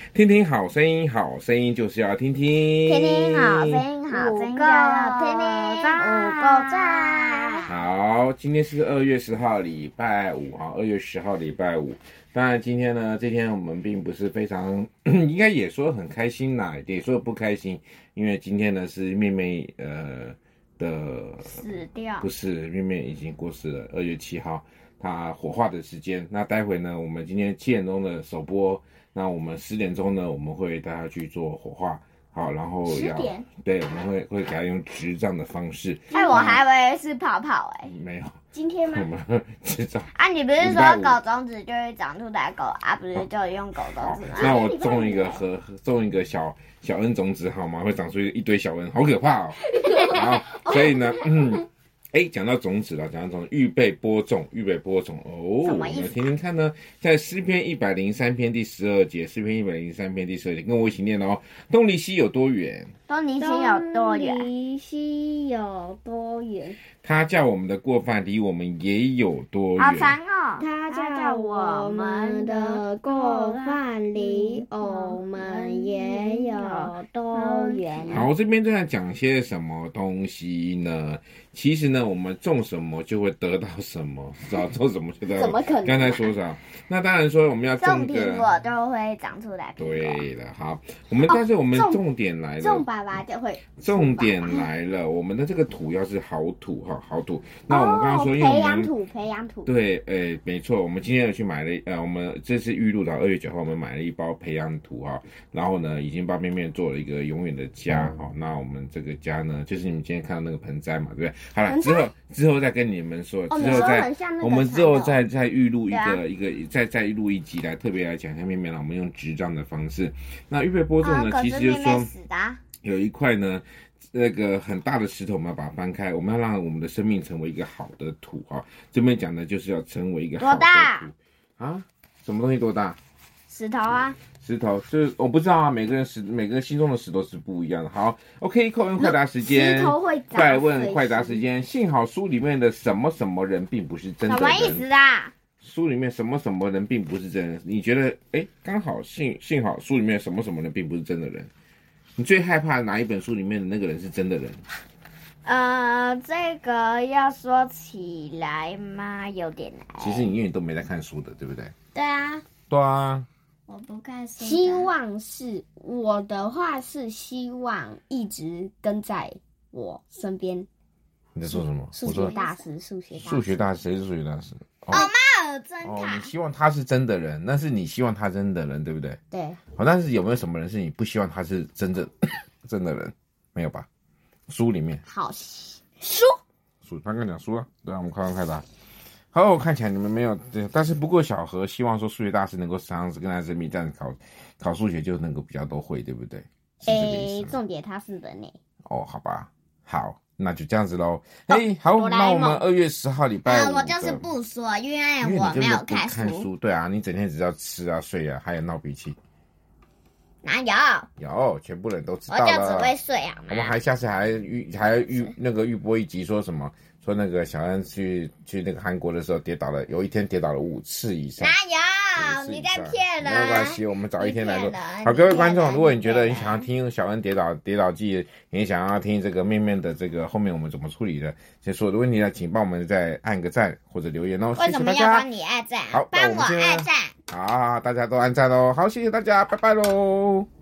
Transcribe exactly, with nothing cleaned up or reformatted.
听听好声音，好声音就是要听听。 听听好声音，好声音就要听听。五个赞。 好，今天是二月十号，礼拜五哈，二月十号礼拜五。当然，今天呢，这天我们并不是非常，应该也说很开心啦，也说不开心，因为今天呢是妹妹呃的死掉， 不是妹妹已经过世了，二月七号。他火化的时间，那待会呢，我们今天七点钟的首播，那我们十点钟呢，我们会带他去做火化，好，然后要对，我们会会给他用执葬的方式。 哎，我还以为是泡泡哎、欸， 没有， 今天吗？ 我们执葬啊，你不是说狗种子就会长出来狗啊？不是就用狗种子吗？ 那我种一个和种一个小小恩种子好吗？会长出一堆小恩，好可怕哦！好，所以呢，嗯。哎，讲到种子了，讲到种子，预备播种，预备播种哦。我们听听看呢，在诗篇一百零三篇第十二节，诗篇一百零三篇第十二节，跟我一起念哦。东离西有多远？ 东离西有多远？ 东离西有多远？ 他叫我们的过犯离我们也有多远？ 好长哦！ 他叫我们的过犯离我们也有多远？ 好，这边在讲些什么东西呢？其实呢，我们种什么就会得到什么，知道种什么就得到。 怎么可能？ 刚才说啥？那当然说我们要种个苹果就会长出来苹果。 对了，好，我们、哦、但是我们重点来了， 种爸爸就会。 重点来了，我们的这个土要是好土哈，好土。那我们刚刚说， 哦、 因为我们培养土，培养土。 对，诶，没错，我们今天有去买了，呃，我们这次预录到二月九号，我们买了一包培养土哈，然后呢，已经帮面面做了一个永远的家哈、嗯。那我们这个家呢，就是你们今天看到那个盆栽嘛，对不对？好了，之后之后再跟你们说， 哦、 之后再、 那個、 我们之后再再预录一个、啊、一个再再录一集来特别来讲一下面面了，我们用执杖的方式。那预备播种呢， 啊、 其实就是说啊、 有一块呢。那个很大的石头，我们要把它翻开，我们要让我们的生命成为一个好的土哈。这边讲的就是要成为一个好的土。 多大啊？什么东西多大？ 石头啊。 石头就是我不知道啊，每个人石每个人心中的石头是不一样的。好 ，OK， 快问快答时间。 石头会快问快答时间。幸好书里面的什么什么人并不是真的人。 什么意思啊？ 书里面什么什么人并不是真人，你觉得？哎，刚好幸幸好书里面什么什么人并不是真的人。你最害怕哪一本书里面的那个人是真的人？ 呃，这个要说起来嘛，有点难。 其实你永远都没在看书的，对不对？ 对啊。 对啊。 我不看书。 希望是我的话是希望一直跟在我身边。 你在说什么？ 数学大师，数学大师。 数学大师，谁是数学大师？ 哦，马尔侦哦， 探。 你希望他是真的人，那是你希望他真的人，对不对？ 对。 好，但是有没有什么人是你不希望他是真正真的人？没有吧？书里面。 好，书书，他刚讲书啊，对啊，我们快问快答。好，我看起来你们没有，对，但是不过小何希望说数学大师能够常常跟他身边这样考考数学就能够比较多会，对不对？ 诶，重点他是人呢。 哦，好吧，好。那就这样子喽。哎，好，那我们二月十号礼拜五、 呃，我就是不说，因为我没有看书。 看书，对啊，你整天只知道吃啊、睡啊，还有闹脾气。 哪有？ 有，全部人都知道了。 我就只会睡啊。 我们还下次还预还预那个预播一集，说什么？说那个小安去去那个韩国的时候跌倒了，有一天跌倒了五次以上。 哪有？你在骗人！ 没有关系，我们找一天来录。好，各位观众，如果你觉得你想要听小恩跌倒跌倒记，你想要听这个面面的这个后面我们怎么处理的，这所有的问题呢，请帮我们再按个赞或者留言哦。 为什么要帮你按赞？ 好， 帮我按赞。 好，大家都按赞哦。好，谢谢大家，拜拜喽。